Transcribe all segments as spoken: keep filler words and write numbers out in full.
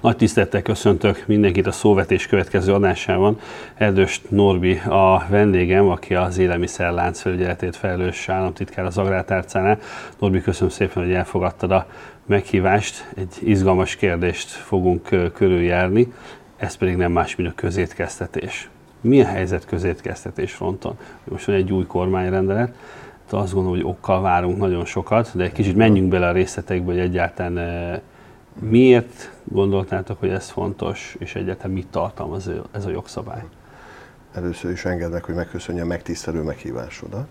Nagy tisztelettel köszöntök mindenkit a Szóvetés következő adásában. Erdős Norbi a vendégem, aki az élelmiszerlánc felügyeletét felelős államtitkár az Agrártárcánál. Norbi, köszönöm szépen, hogy elfogadtad a meghívást. Egy izgalmas kérdést fogunk körüljárni, ez pedig nem más, mint a közétkeztetés. Mi a helyzet közétkeztetés fronton? Most van egy új kormányrendelet, de azt gondolom, hogy okkal várunk nagyon sokat, de egy kicsit menjünk bele a részletekbe, hogy egyáltalán miért gondoltátok, hogy ez fontos, és egyáltalán mit tartalmaz ez a jogszabály? Először is engednek, hogy megköszönjem a megtisztelő meghívásodat.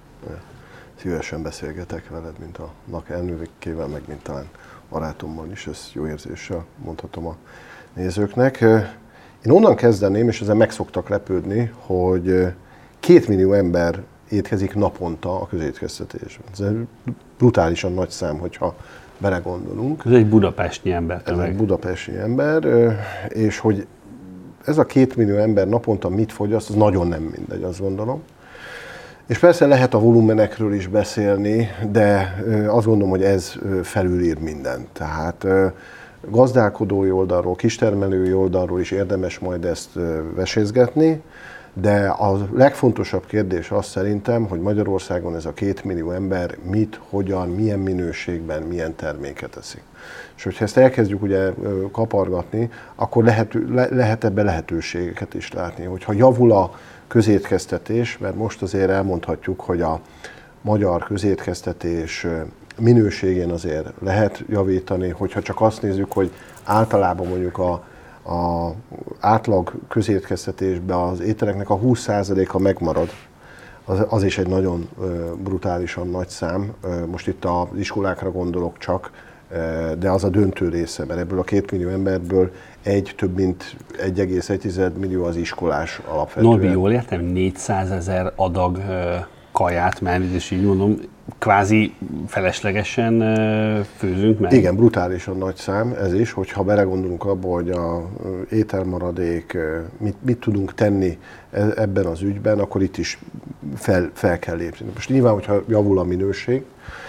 Szívesen beszélgetek veled, mint a NAK elnökével, meg mint talán barátommal is, ezt jó érzéssel mondhatom a nézőknek. Én onnan kezdeném, és ezen meg szoktak lepődni, hogy két millió ember étkezik naponta a közétkeztetésben. Ez egy brutálisan nagy szám, hogyha belegondolunk. Ez egy budapesti ember. Ez egy budapesti ember, és hogy ez a két millió ember naponta mit fogyaszt, az nagyon nem mindegy, azt gondolom. És persze lehet a volumenekről is beszélni, de azt gondolom, hogy ez felülír mindent. Tehát gazdálkodói oldalról, kistermelői oldalról is érdemes majd ezt vesézgetni, de a legfontosabb kérdés az szerintem, hogy Magyarországon ez a két millió ember mit, hogyan, milyen minőségben, milyen terméket eszik. És hogyha ezt elkezdjük ugye kapargatni, akkor lehet, le, lehet ebbe lehetőségeket is látni. Hogyha javul a közétkeztetés, mert most azért elmondhatjuk, hogy a magyar közétkeztetés minőségén azért lehet javítani, hogyha csak azt nézzük, hogy általában mondjuk a a átlag közétkeztetésben az ételeknek a húsz százaléka megmarad, az, az is egy nagyon brutálisan nagy szám. Most itt az iskolákra gondolok csak, de az a döntő része, mert ebből a két millió emberből egy több mint egy egész egy millió az iskolás alapvetően. Norbi, jól értem, négyszázezer adag kaját, mert is így mondom, kvázi feleslegesen főzünk meg. Igen, brutálisan nagy szám ez is, hogyha belegondolunk abba, hogy a ételmaradék, mit, mit tudunk tenni ebben az ügyben, akkor itt is fel, fel kell lépni. Most nyilván, hogyha javul a minőség,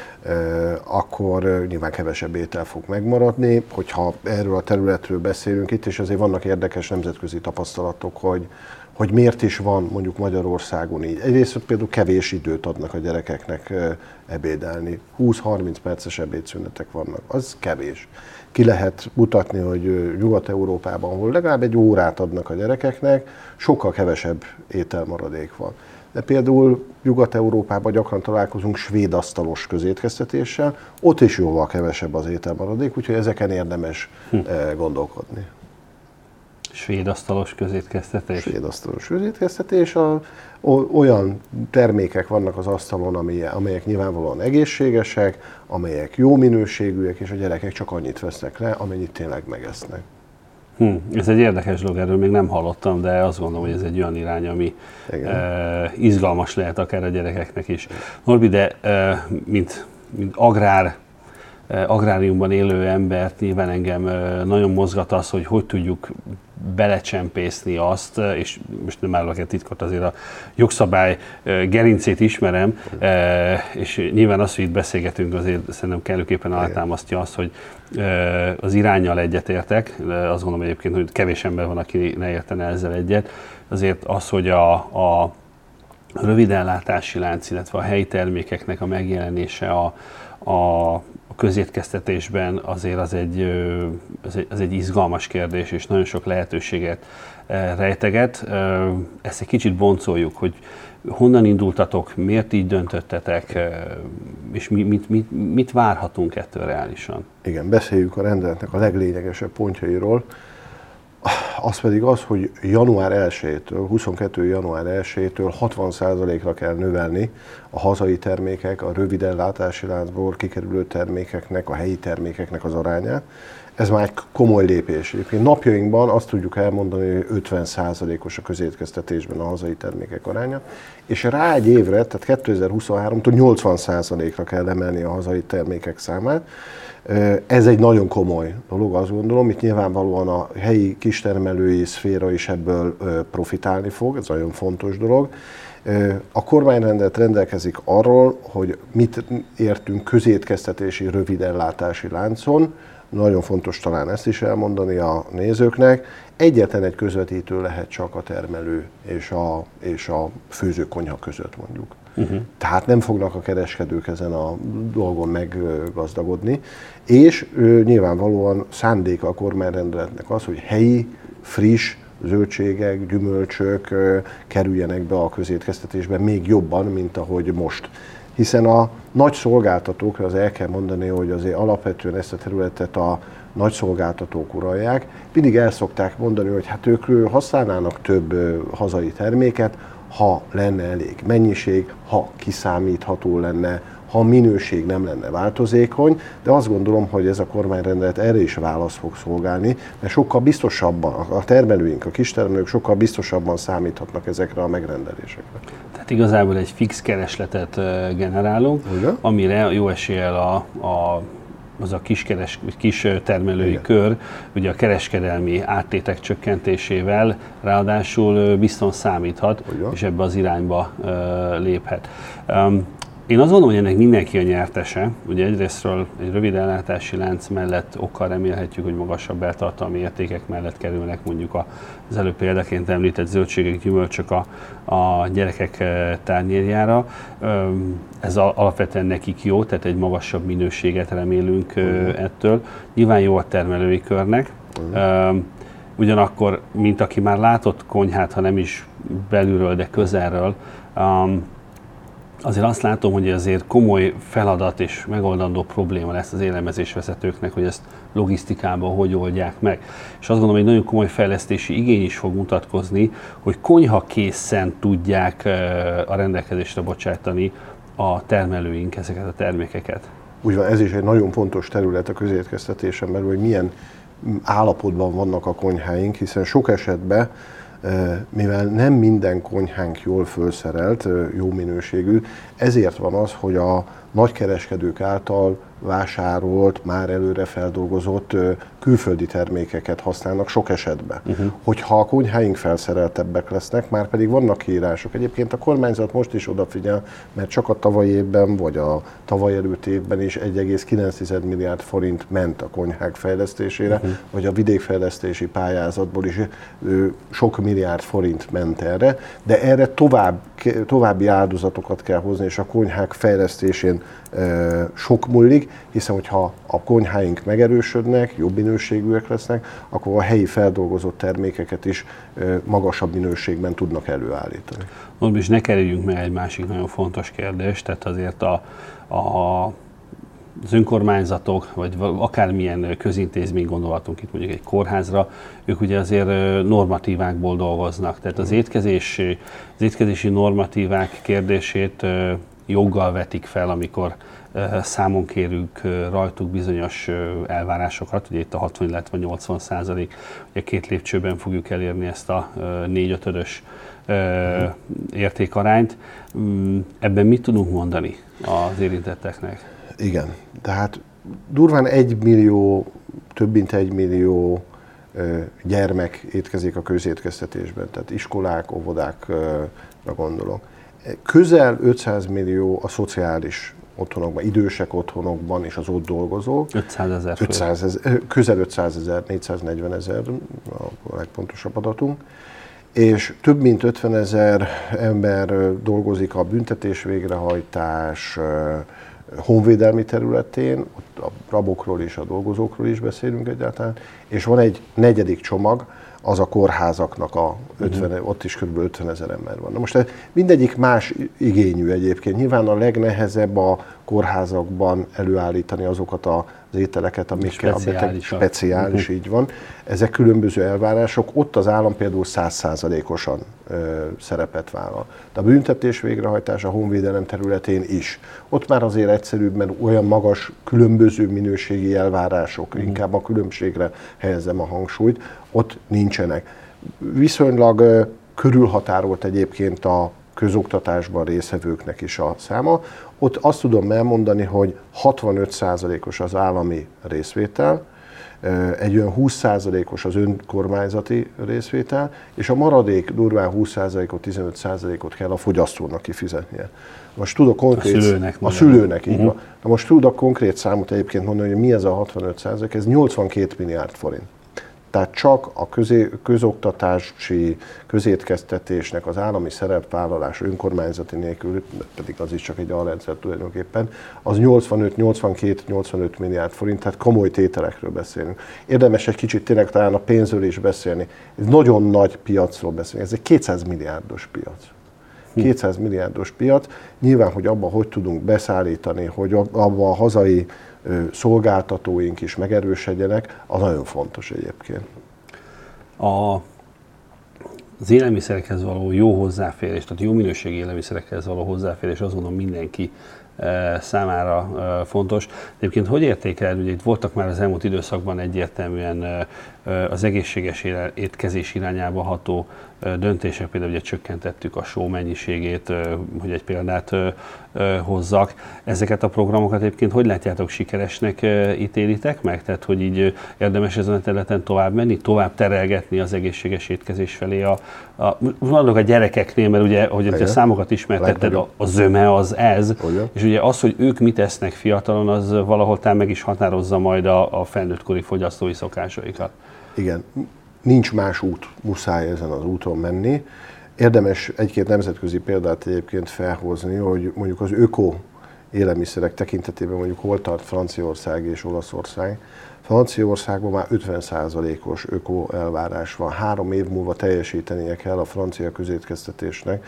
akkor nyilván kevesebb étel fog megmaradni. Hogyha erről a területről beszélünk itt, és azért vannak érdekes nemzetközi tapasztalatok, hogy hogy miért is van mondjuk Magyarországon így. Egyrészt például kevés időt adnak a gyerekeknek ebédelni. húsz-harminc perces ebédszünetek vannak. Az kevés. Ki lehet mutatni, hogy Nyugat-Európában, ahol legalább egy órát adnak a gyerekeknek, sokkal kevesebb ételmaradék van. De például Nyugat-Európában gyakran találkozunk svéd asztalos közétkeztetéssel, ott is jóval kevesebb az ételmaradék, úgyhogy ezeken érdemes hm. gondolkodni. Svéd asztalos közétkeztetés? Svéd asztalos közétkeztetés. A, o, olyan termékek vannak az asztalon, amelyek, amelyek nyilvánvalóan egészségesek, amelyek jó minőségűek, és a gyerekek csak annyit vesznek le, amennyit tényleg megesznek. Hm, ez egy érdekes dolog, erről még nem hallottam, de azt gondolom, hogy ez egy olyan irány, ami e, izgalmas lehet akár a gyerekeknek is. Norbi, de e, mint, mint agrár, e, agráriumban élő embert nyilván engem e, nagyon mozgat az, hogy hogy tudjuk belecsempészni azt, és most nem állok egy titkot, azért a jogszabály gerincét ismerem, és nyilván az, hogy itt beszélgetünk, azért szerintem kellőképpen alátámasztja azt, hogy az iránnyal egyetértek, azt gondolom egyébként, hogy kevés ember van, aki ne értene ezzel egyet, azért az, hogy a, a rövidellátási lánc, illetve a helyi termékeknek a megjelenése a, a A közétkeztetésben azért az egy, az, egy, az egy izgalmas kérdés, és nagyon sok lehetőséget rejteget. Ezt egy kicsit boncoljuk, hogy honnan indultatok, miért így döntöttetek, és mit, mit, mit várhatunk ettől reálisan? Igen, beszéljük a rendeletnek a leglényegesebb pontjairól. Az pedig az, hogy január elsejétől, huszonkettő január elsejétől hatvan százalékra kell növelni a hazai termékek, a rövid ellátási láncból kikerülő termékeknek, a helyi termékeknek az arányát. Ez már egy komoly lépés. Egyébként napjainkban azt tudjuk elmondani, hogy ötven százalékos a közétkeztetésben a hazai termékek aránya, és rá egy évre, tehát kétezer-huszonháromtól nyolcvan százalékra kell emelni a hazai termékek számát. Ez egy nagyon komoly dolog, azt gondolom, itt nyilvánvalóan a helyi kistermelői szféra is ebből profitálni fog, ez nagyon fontos dolog. A kormányrendelet rendelkezik arról, hogy mit értünk közétkeztetési rövid ellátási láncon, nagyon fontos talán ezt is elmondani a nézőknek, egyetlen egy közvetítő lehet csak a termelő és a, és a főzőkonyha között mondjuk. Uh-huh. Tehát nem fognak a kereskedők ezen a dolgon meggazdagodni, és ő, nyilvánvalóan szándéka a kormányrendeletnek az, hogy helyi, friss zöldségek, gyümölcsök ö, kerüljenek be a közétkeztetésbe még jobban, mint ahogy most. Hiszen a nagy szolgáltatókra az el kell mondani, hogy azért alapvetően ezt a területet a nagy szolgáltatók uralják. Mindig el szokták mondani, hogy hát ők használnának több hazai terméket, ha lenne elég mennyiség, ha kiszámítható lenne, ha a minőség nem lenne változékony, de azt gondolom, hogy ez a kormányrendelet erre is választ fog szolgálni, mert sokkal biztosabban, a termelőink, a kistermelők sokkal biztosabban számíthatnak ezekre a megrendelésekre. Tehát igazából egy fix keresletet generálunk, ugye? Amire jó eséllyel a, a az a kiskeres, kis termelői igen. kör, ugye a kereskedelmi áttétek csökkentésével ráadásul biztos számíthat, ugye? És ebbe az irányba uh, léphet. Um, Én azt gondolom, hogy ennek mindenki a nyertese. Ugye egyrésztről egy rövid ellátási lánc mellett okkal remélhetjük, hogy magasabb beltartalmi értékek mellett kerülnek mondjuk az előbb példaként említett zöldségek, gyümölcsök a, a gyerekek tárnyérjára. Ez alapvetően nekik jó, tehát egy magasabb minőséget remélünk uh-huh. ettől. Nyilván jó a termelői körnek. Uh-huh. Ugyanakkor, mint aki már látott konyhát, ha nem is belülről, de közelről, azért azt látom, hogy azért komoly feladat és megoldandó probléma lesz az élelmezésvezetőknek, hogy ezt logisztikában hogy oldják meg. És azt gondolom, hogy nagyon komoly fejlesztési igény is fog mutatkozni, hogy konyha készen tudják a rendelkezésre bocsátani a termelőink ezeket a termékeket. Úgy van, ez is egy nagyon fontos terület a közétkeztetésen belül, hogy milyen állapotban vannak a konyháink, hiszen sok esetben mivel nem minden konyhánk jól felszerelt, jó minőségű, ezért van az, hogy a nagykereskedők által vásárolt, már előre feldolgozott külföldi termékeket használnak sok esetben. Uh-huh. Hogyha a konyháink felszereltebbek lesznek, már pedig vannak kiírások. Egyébként a kormányzat most is odafigyel, mert csak a tavalyi évben, vagy a tavaly előtt évben is egy egész kilenc milliárd forint ment a konyhák fejlesztésére, uh-huh. vagy a vidékfejlesztési pályázatból is sok milliárd forint ment erre, de erre tovább, további áldozatokat kell hozni, és a konyhák fejlesztésén sok múlik, hiszen hogyha a konyháink megerősödnek, jobb minőségűek lesznek, akkor a helyi feldolgozott termékeket is magasabb minőségben tudnak előállítani. Most is ne kerüljünk meg egy másik nagyon fontos kérdést, tehát azért a, a, az önkormányzatok, vagy akármilyen közintézmény, gondolhatunk itt mondjuk egy kórházra, ők ugye azért normatívákból dolgoznak, tehát az, étkezés, az étkezési normatívák kérdését joggal vetik fel, amikor számon kérünk rajtuk bizonyos elvárásokat, ugye itt a hatvan, illetve nyolcvan százalék, ugye két lépcsőben fogjuk elérni ezt a négy-ötödös értékarányt. Ebben mit tudunk mondani az érintetteknek? Igen, tehát durván egy millió, több mint egy millió gyermek étkezik a közétkeztetésben, tehát iskolák, óvodákra gondolok. Közel ötszáz millió a szociális otthonokban, idősek otthonokban és az ott dolgozók. ötszázezer. Közel ötszázezer, négyszáznegyven ezer a legpontosabb adatunk. És több mint ötvenezer ember dolgozik a büntetés végrehajtás honvédelmi területén, ott a rabokról és a dolgozókról is beszélünk egyáltalán, és van egy negyedik csomag, az a kórházaknak a ötven, uh-huh. ott is kb. ötvenezer ember van. Na most mindegyik más igényű egyébként. Nyilván a legnehezebb a kórházakban előállítani azokat az ételeket, amikkel a beteg speciális, uh-huh. így van. Ezek különböző elvárások, ott az állam például száz százalékosan szerepet vállal. De a büntetés végrehajtás a honvédelem területén is. Ott már azért egyszerűbb, mert olyan magas különböző minőségi elvárások, uh-huh. inkább a különbségre helyezem a hangsúlyt, ott nincsenek. Viszonylag uh, körülhatárolt egyébként a közoktatásban résztvevőknek is a száma. Ott azt tudom elmondani, hogy hatvanöt százalékos az állami részvétel, egy olyan húsz százalékos az önkormányzati részvétel, és a maradék durván húsz százalékot, tizenöt százalékot kell a fogyasztónak kifizetnie. Most tudok konkrét, a szülőnek. A szülőnek, így uh-huh. van. Na most tudok konkrét számot egyébként mondani, hogy mi ez a hatvanöt százalék, ez nyolcvankét milliárd forint. Tehát csak a közé, közoktatási, közétkeztetésnek az állami szerepvállalás önkormányzati nélkül, pedig az is csak egy alrendszer tulajdonképpen, az nyolcvanöt-nyolcvankét-nyolcvanöt milliárd forint, tehát komoly tételekről beszélünk. Érdemes egy kicsit tényleg talán a pénzről is beszélni. Ez nagyon nagy piacról beszélünk, ez egy kétszáz milliárdos piac. kétszáz milliárdos piac. Nyilván, hogy abban hogy tudunk beszállítani, hogy abban a hazai szolgáltatóink is megerősödjenek, az nagyon fontos egyébként. A, az élelmiszerekhez való jó hozzáférés, tehát jó minőségi élelmiszerekhez való hozzáférés, azt gondolom mindenki e, számára e, fontos. Egyébként hogy értékeled, ugye itt voltak már az elmúlt időszakban egyértelműen e, az egészséges étkezés irányába ható e, döntések, például ugye csökkentettük a só mennyiségét, e, hogy egy példát e, e, hozzak. Ezeket a programokat egyébként hogy látjátok, sikeresnek e, ítélitek meg? Tehát, hogy így érdemes ezen a területen tovább menni, tovább terelgetni az egészséges étkezés felé a, a, mondok a gyerekeknél, mert ugye, ahogy a számokat ismertetted, a, a zöme az ez, Olyan. És ugye az, hogy ők mit esznek fiatalon, az valahol talán meg is határozza majd a, a felnőttkori fogyasztói szokásaikat. Igen, nincs más út, muszáj ezen az úton menni. Érdemes egy-két nemzetközi példát egyébként felhozni, hogy mondjuk az öko élelmiszerek tekintetében mondjuk hol tart Franciaország és Olaszország. Franciaországban már ötven százalékos öko elvárás van. Három év múlva teljesítenie kell a francia közétkeztetésnek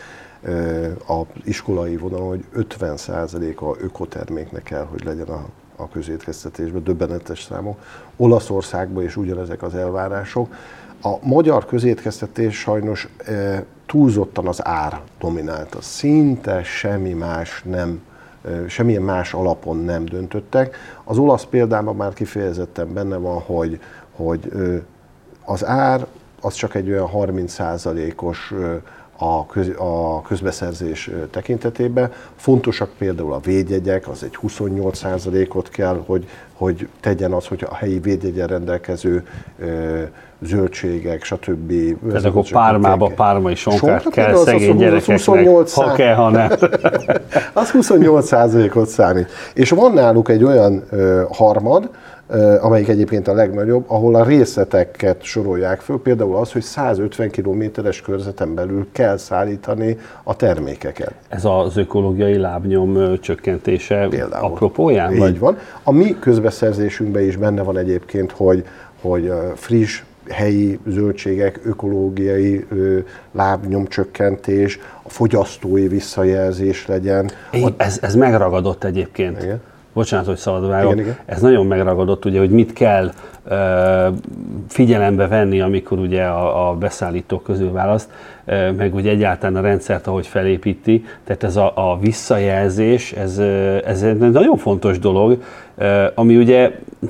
az iskolai vonalon, hogy ötven százaléka ökoterméknek kell, hogy legyen a a közétkeztetésben, döbbenetes számok. Olaszországban is ugyanezek az elvárások. A magyar közétkeztetés sajnos e, túlzottan az ár dominálta. Szinte semmi más nem, e, semmilyen más alapon nem döntöttek. Az olasz példában már kifejezetten benne van, hogy, hogy e, az ár az csak egy olyan harminc százalékos e, A, köz, a közbeszerzés tekintetében. Fontosak például a védjegyek, az egy huszonnyolc százalékot kell, hogy, hogy tegyen az, hogy a helyi védjegyen rendelkező ö, zöldségek, stb. Tehát akkor Pármába pármai sonkát Sonka, kell szegény gyerekeknek, ha kell, ha nem. Az huszonnyolc százalékot számít. És van náluk egy olyan ö, harmad, amelyik egyébként a legnagyobb, ahol a részleteket sorolják föl, például az, hogy százötven kilométeres körzeten belül kell szállítani a termékeket. Ez az ökológiai lábnyom csökkentése például apropóján? Így vagy? van. A mi közbeszerzésünkben is benne van egyébként, hogy, hogy friss helyi zöldségek, ökológiai ö, lábnyomcsökkentés, a fogyasztói visszajelzés legyen. É, ez, ez megragadott egyébként. Igen. Bocsánat, hogy szabad vágok. Ez nagyon megragadott, ugye, hogy mit kell uh, figyelembe venni, amikor ugye a, a beszállítók közül választ, uh, meg ugye egyáltalán a rendszert, ahogy felépíti. Tehát ez a, a visszajelzés, ez, ez egy nagyon fontos dolog, uh, ami ugye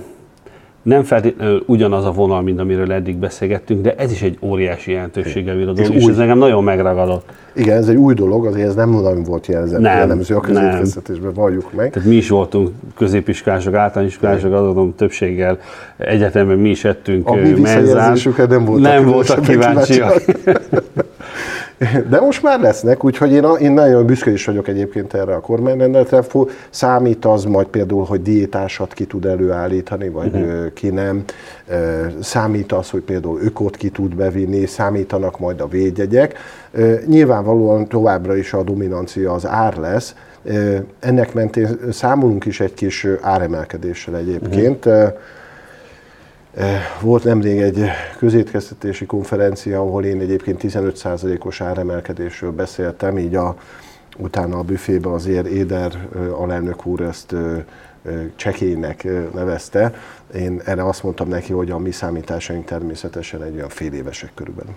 nem feltétlenül ugyanaz a vonal, mint amiről eddig beszélgettünk, de ez is egy óriási jelentőséggel bíró dolog, és, és ez nekem nagyon megragadott. Igen, ez egy új dolog, azért ez nem nagyon volt jellemző a közétkeztetésben, valljuk meg. Tehát mi is voltunk középiskolások, általános iskolások, azt mondom, többséggel egyetemben mi is ettünk menzán. A mi visszajelzésükre nem voltak, nem voltak kíváncsiak. De most már lesznek, úgyhogy én, én nagyon büszke is vagyok egyébként erre a kormányrendeletre. Számít az majd például, hogy diétásat ki tud előállítani, vagy uh-huh. ki nem. Számít az, hogy például ökot ki tud bevinni, számítanak majd a védjegyek. Nyilvánvalóan továbbra is a dominancia az ár lesz. Ennek mentén számolunk is egy kis áremelkedéssel egyébként. Uh-huh. Volt nemrég egy közétkeztetési konferencia, ahol én egyébként tizenöt százalékos áremelkedésről beszéltem, így a, utána a büfébe azért Éder alelnök úr ezt csekélynek nevezte. Én erre azt mondtam neki, hogy a mi számításaink természetesen egy olyan fél évesek körülbelül.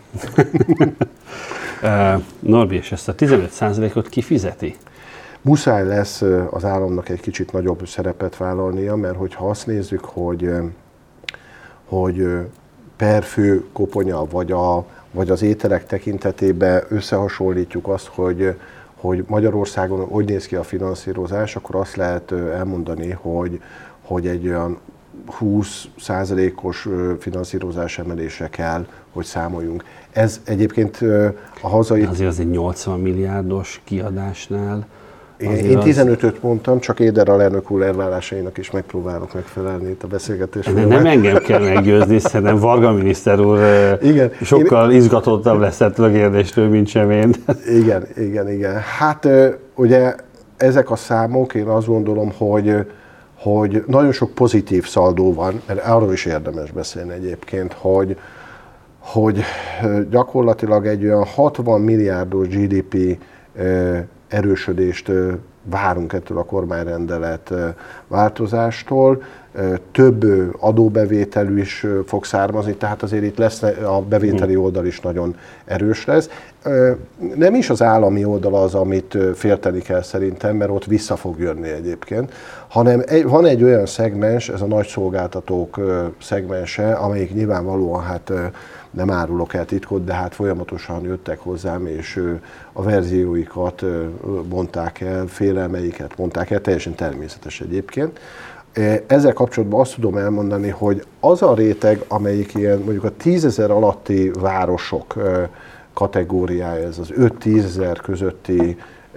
Norbi, és ezt a tizenöt százalékot ki fizeti? Muszáj lesz az államnak egy kicsit nagyobb szerepet vállalnia, mert hogyha azt nézzük, hogy hogy per fő koponya, vagy, a, vagy az ételek tekintetében összehasonlítjuk azt, hogy, hogy Magyarországon hogy néz ki a finanszírozás, akkor azt lehet elmondani, hogy, hogy egy olyan húsz százalékos finanszírozás emelésre kell, hogy számoljunk. Ez egyébként a hazai... Azért az egy nyolcvan milliárdos kiadásnál. Én tizenötöt mondtam, csak Éder alelnök úr elvárásainak is megpróbálok megfelelni itt a beszélgetésben. Nem, nem engem kell meggyőzni, szerintem Varga miniszter úr igen, sokkal én... izgatottabb lesz ettől a kérdéstől, mint sem én. Igen, igen, igen. Hát ugye ezek a számok, én azt gondolom, hogy, hogy nagyon sok pozitív szaldó van, mert arról is érdemes beszélni egyébként, hogy, hogy gyakorlatilag egy olyan hatvan milliárdos gé dé pé erősödést várunk ettől a kormányrendelet változástól. Több adóbevételű is fog származni, tehát azért itt lesz, a bevételi oldal is nagyon erős lesz. Nem is az állami oldal az, amit félteni kell szerintem, mert ott vissza fog jönni egyébként, hanem van egy olyan szegmens, ez a nagy szolgáltatók szegmense, amelyik nyilvánvalóan hát nem árulok el titkot, de hát folyamatosan jöttek hozzám, és a verzióikat mondták el, félelmeiket mondták el, teljesen természetes egyébként. Ezzel kapcsolatban azt tudom elmondani, hogy az a réteg, amelyik ilyen mondjuk a tízezer alatti városok kategóriája, ez az öt-tízezer közötti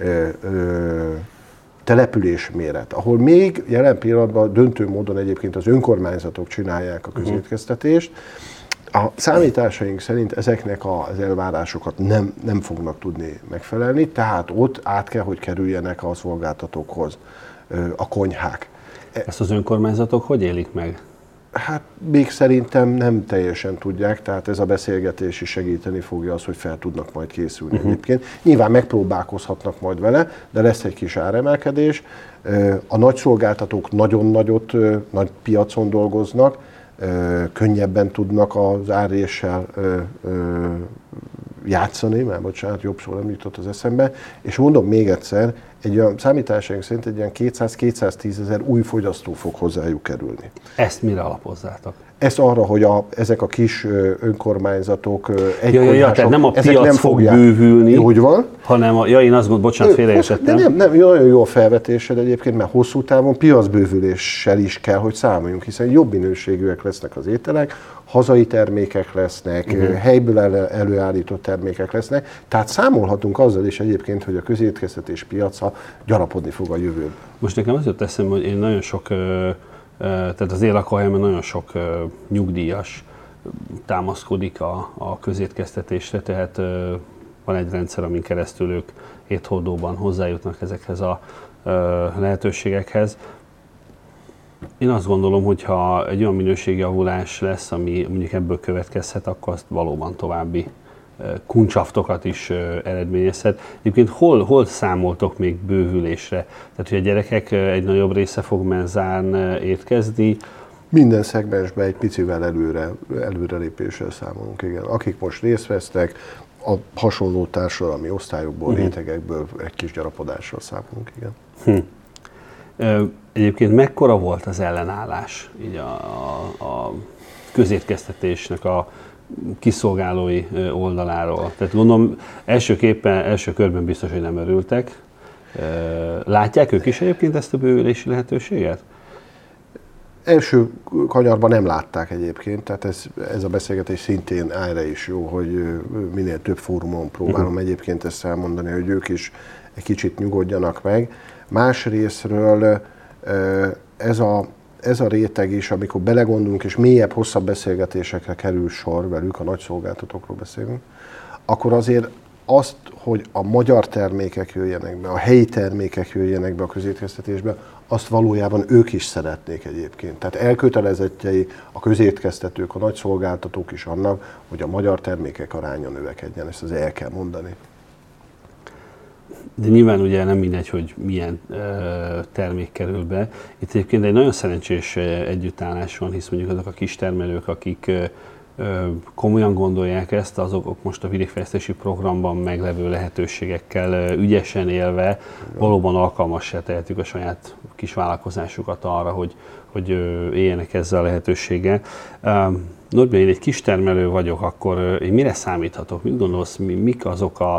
település méret, ahol még jelen pillanatban döntő módon egyébként az önkormányzatok csinálják a közétkeztetést, a számításaink szerint ezeknek az elvárásokat nem, nem fognak tudni megfelelni, tehát ott át kell, hogy kerüljenek a szolgáltatókhoz a konyhák. Ezt az önkormányzatok hogy élik meg? Hát még szerintem nem teljesen tudják, tehát ez a beszélgetés is segíteni fogja az, hogy fel tudnak majd készülni uh-huh. egyébként. Nyilván megpróbálkozhatnak majd vele, de lesz egy kis áremelkedés. A nagy szolgáltatók nagyon nagyot, nagy piacon dolgoznak, könnyebben tudnak az árréssel játszani, már bocsánat, jobb szó nem jutott az eszembe, és mondom még egyszer, egy olyan számításaink szerint egy olyan kétszáz-kétszáztízezer új fogyasztó fog hozzájuk kerülni. Ezt mire alapozzátok? Ezt arra, hogy a, ezek a kis önkormányzatok, egy ja, ja, ja, tehát nem a piac nem fog fogják, bővülni, úgy van, hanem a, ja, én azt gondolom, bocsánat, félreértettem. Nem, nem, nagyon jó a felvetésed egyébként, mert hosszú távon piacbővüléssel is kell, hogy számoljunk, hiszen jobb minőségűek lesznek az ételek, hazai termékek lesznek, uh-huh. helyből elő, előállított termékek lesznek, tehát számolhatunk azzal is egyébként, hogy a közétkeztetés piaca gyarapodni fog a jövőben. Most nekem az jött eszembe, hogy én nagyon sok, tehát az én lakóhelyemen nagyon sok nyugdíjas támaszkodik a, a közétkeztetésre, tehát van egy rendszer, amin keresztül ők éthordóban hozzájutnak ezekhez a lehetőségekhez. Én azt gondolom, hogy ha egy olyan minőségjavulás lesz, ami mondjuk ebből következhet, akkor azt valóban további kuncsaftokat is eredményezhet. Egyébként hol, hol számoltok még bővülésre? Tehát, hogy a gyerekek egy nagyobb része fog menzán étkezni? Minden szegmensben egy picivel előre, előrelépéssel számolunk, igen. Akik most részt vesznek, a hasonló társadalmi osztályokból, uh-huh. rétegekből egy kis gyarapodással számolunk, igen. Hm. Egyébként mekkora volt az ellenállás így a, a, a közétkeztetésnek a kiszolgálói oldaláról? Tehát gondolom elsőképpen, első körben biztos, hogy nem örültek. Látják ők is egyébként ezt a bővülési lehetőséget? Első kanyarban nem látták egyébként, tehát ez, ez a beszélgetés szintén erre is jó, hogy minél több fórumon próbálom uh-huh. egyébként ezt elmondani, hogy ők is egy kicsit nyugodjanak meg. Másrészről ez a, ez a réteg is, amikor belegondolunk és mélyebb, hosszabb beszélgetésekre kerül sor velük, a nagy szolgáltatókról beszélünk, akkor azért azt, hogy a magyar termékek jöjjenek be, a helyi termékek jöjjenek be a közétkeztetésbe, azt valójában ők is szeretnék egyébként. Tehát elkötelezettjei a közétkeztetők, a nagy szolgáltatók is annak, hogy a magyar termékek aránya növekedjen, ezt az el kell mondani. De nyilván ugye nem mindegy, hogy milyen ö, termék kerül be. Itt egyébként egy nagyon szerencsés együttállás van, hisz mondjuk azok a kis termelők, akik ö, ö, komolyan gondolják ezt, azok most a vidékfejlesztési programban meglevő lehetőségekkel ö, ügyesen élve valóban alkalmassá tehetik a saját kis vállalkozásukat arra, hogy, hogy ö, éljenek ezzel a lehetőséggel. Norbi, én egy kis termelő vagyok, akkor én mire számíthatok? Mit gondolsz, mik azok a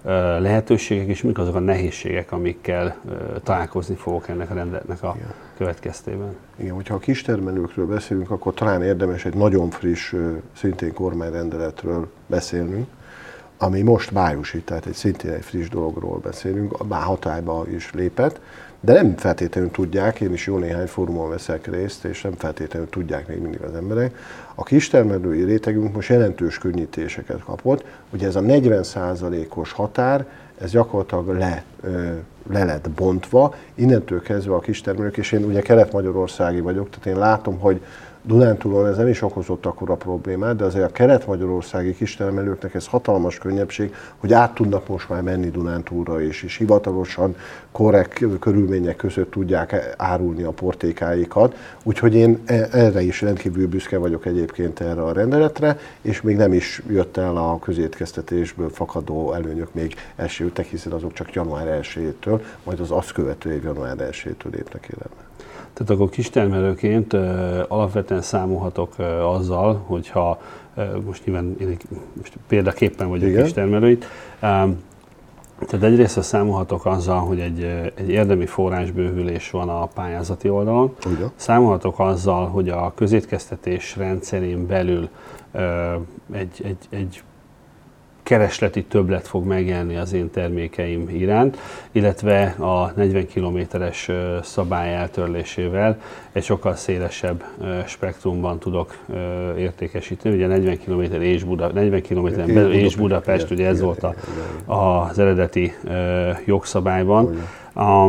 lehetőségek, és mik azok a nehézségek, amikkel találkozni fogok ennek a rendeletnek a Igen. következtében. Igen, hogyha a kistermelőkről beszélünk, akkor talán érdemes egy nagyon friss, szintén kormányrendeletről beszélnünk, ami most májusít, tehát egy szintén egy friss dologról beszélünk, már hatályba is lépett, de nem feltétlenül tudják, én is jó néhány fórumon veszek részt, és nem feltétlenül tudják még mindig az emberek. A kistermelői rétegünk most jelentős könnyítéseket kapott, ugye ez a negyven százalékos határ, ez gyakorlatilag le, le lett bontva, innentől kezdve a kistermelők, és én ugye kelet-magyarországi vagyok, tehát én látom, hogy Dunántúlon ez nem is okozott akkora problémát, de azért a kelet-magyarországi kistermelőknek ez hatalmas könnyebbség, hogy át tudnak most már menni Dunántúlra is, és hivatalosan korrekt körülmények között tudják árulni a portékáikat. Úgyhogy én erre is rendkívül büszke vagyok egyébként erre a rendeletre, és még nem is jött el a közétkeztetésből fakadó előnyök még elsőültek, hiszen azok csak január elsejétől, majd az azt követő év január elsejétől lépnek életbe. Tehát akkor kistermelőként uh, alapvetően számolhatok uh, azzal, hogyha uh, most nyilván én most példaképpen vagyok Igen. kistermelőit, um, tehát egyrészt számolhatok azzal, hogy egy, egy érdemi forrásbővülés van a pályázati oldalon. Ugyan. Számolhatok azzal, hogy a közétkeztetés rendszerén belül uh, egy, egy, egy keresleti többlet fog megjelenni az én termékeim iránt, illetve a negyven kilométeres szabály eltörlésével egy sokkal szélesebb spektrumban tudok értékesíteni. Ugye negyven kilométer és Buda, negyven kilométeren belül és Budapest, ugye ez volt a, az eredeti jogszabályban. A,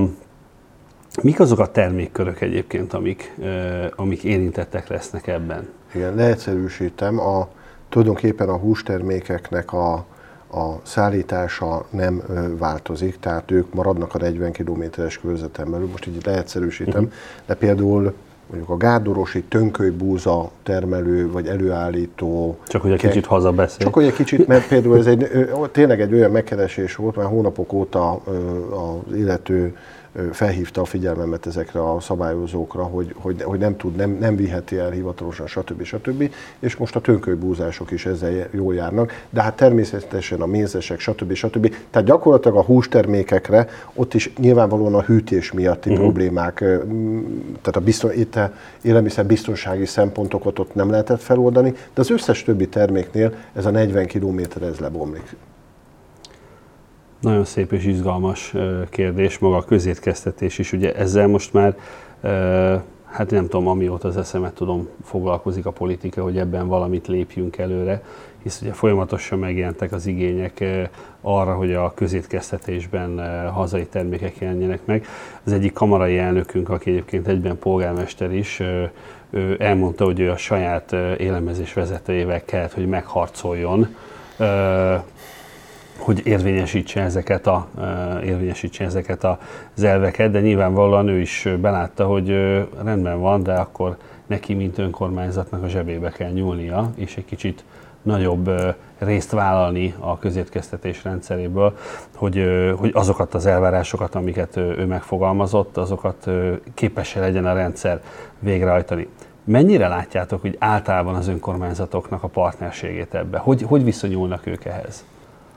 mik azok a termékkörök egyébként, amik, amik érintettek lesznek ebben? Igen, leegyszerűsítem. A Tulajdonképpen a hústermékeknek a, a szállítása nem ö, változik, tehát ők maradnak a negyven kilométeres körzeten belül, most így leegyszerűsítem, uh-huh. de például mondjuk a gádorosi tönkölybúza termelő vagy előállító... Csak hogy egy ke- kicsit hazabeszél. Csak hogy egy kicsit, mert például ez egy, ö, tényleg egy olyan megkeresés volt, már hónapok óta ö, az illető felhívta a figyelmemet ezekre a szabályozókra, hogy, hogy, hogy nem tud, nem, nem viheti el hivatalosan, stb. stb. És most a tönkölybúzások is ezzel jól járnak, de hát természetesen a mézesek, stb. stb. Tehát gyakorlatilag a hústermékekre ott is nyilvánvalóan a hűtés miatti uh-huh. problémák, tehát a bizton, itt a élelmiszer biztonsági szempontokat ott nem lehetett feloldani, de az összes többi terméknél ez a negyven kilométer ez lebomlik. Nagyon szép és izgalmas kérdés, maga a közétkeztetés is. Ugye ezzel most már, hát nem tudom, amióta az eszemet tudom, foglalkozik a politika, hogy ebben valamit lépjünk előre, hisz ugye folyamatosan megjelentek az igények arra, hogy a közétkeztetésben hazai termékek jelenjenek meg. Az egyik kamarai elnökünk, aki egyébként egyben polgármester is, ő elmondta, hogy ő a saját élelmezés vezetőjével kellett, hogy megharcoljon, hogy érvényesítse ezeket, a, érvényesítse ezeket az elveket, de nyilvánvalóan ő is belátta, hogy rendben van, de akkor neki, mint önkormányzatnak a zsebébe kell nyúlnia, és egy kicsit nagyobb részt vállalni a közétkeztetés rendszeréből, hogy, hogy azokat az elvárásokat, amiket ő megfogalmazott, azokat képes legyen a rendszer végrehajtani. Mennyire látjátok, hogy általában az önkormányzatoknak a partnerségét ebbe? Hogy, hogy viszonyulnak ők ehhez?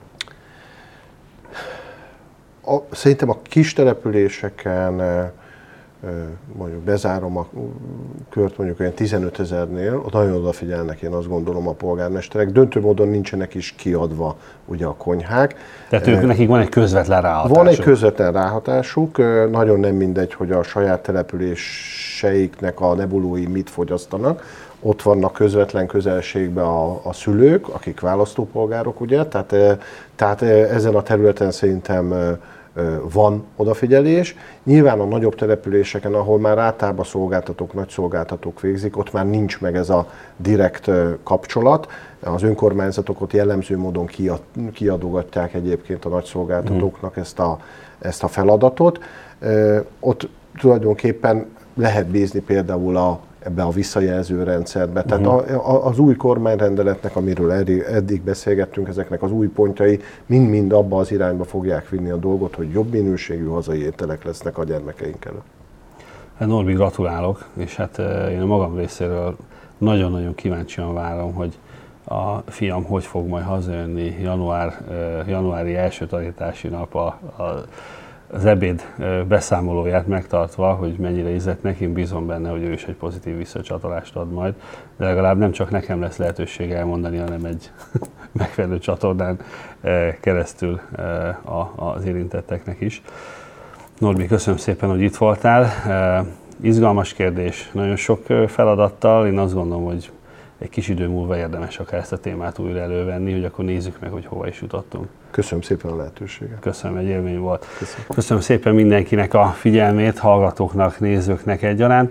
A, szerintem a kis településeken, mondjuk bezárom a kört mondjuk olyan tizenöt ezernél, ott nagyon odafigyelnek, én azt gondolom, a polgármesterek. Döntő módon nincsenek is kiadva ugye a konyhák. Tehát ők, nekik van egy közvetlen ráhatásuk? Van egy közvetlen ráhatásuk. Nagyon nem mindegy, hogy a saját településeiknek a nebulói mit fogyasztanak. Ott vannak közvetlen közelségben a, a szülők, akik választópolgárok, ugye, tehát, tehát ezen a területen szerintem van odafigyelés. Nyilván a nagyobb településeken, ahol már általában szolgáltatók, nagy szolgáltatók végzik, ott már nincs meg ez a direkt kapcsolat. Az önkormányzatok ott jellemző módon kiad, kiadogatják egyébként a nagy szolgáltatóknak ezt a, ezt a feladatot. Ott tulajdonképpen lehet bízni például a ebbe a visszajelző rendszerbe. Tehát uh-huh. a, a, az új kormányrendeletnek, amiről eddig, eddig beszélgettünk, ezeknek az új pontjai mind-mind abba az irányba fogják vinni a dolgot, hogy jobb minőségű hazai ételek lesznek a gyermekeink előtt. Hát Norbi, gratulálok, és hát én a magam részéről nagyon-nagyon kíváncsian várom, hogy a fiam hogy fog majd hazajönni január, januári első tanítási nap a, a, az ebéd beszámolóját megtartva, hogy mennyire ízett neki, bízom benne, hogy ő is egy pozitív visszacsatolást ad majd, de legalább nem csak nekem lesz lehetőség elmondani, hanem egy megfelelő csatornán keresztül az érintetteknek is. Norbi, köszönöm szépen, hogy itt voltál. Izgalmas kérdés, nagyon sok feladattal, én azt gondolom, hogy egy kis idő múlva érdemes akár ezt a témát újra elővenni, hogy akkor nézzük meg, hogy hova is jutottunk. Köszönöm szépen a lehetőséget. Köszönöm, egy élmény volt. Köszönöm. Köszönöm szépen mindenkinek a figyelmét, hallgatóknak, nézőknek egyaránt.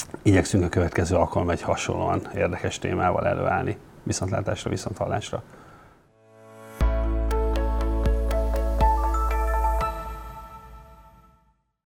Igyekszünk a következő alkalommal egy hasonlóan érdekes témával előállni. Viszontlátásra, viszonthallásra.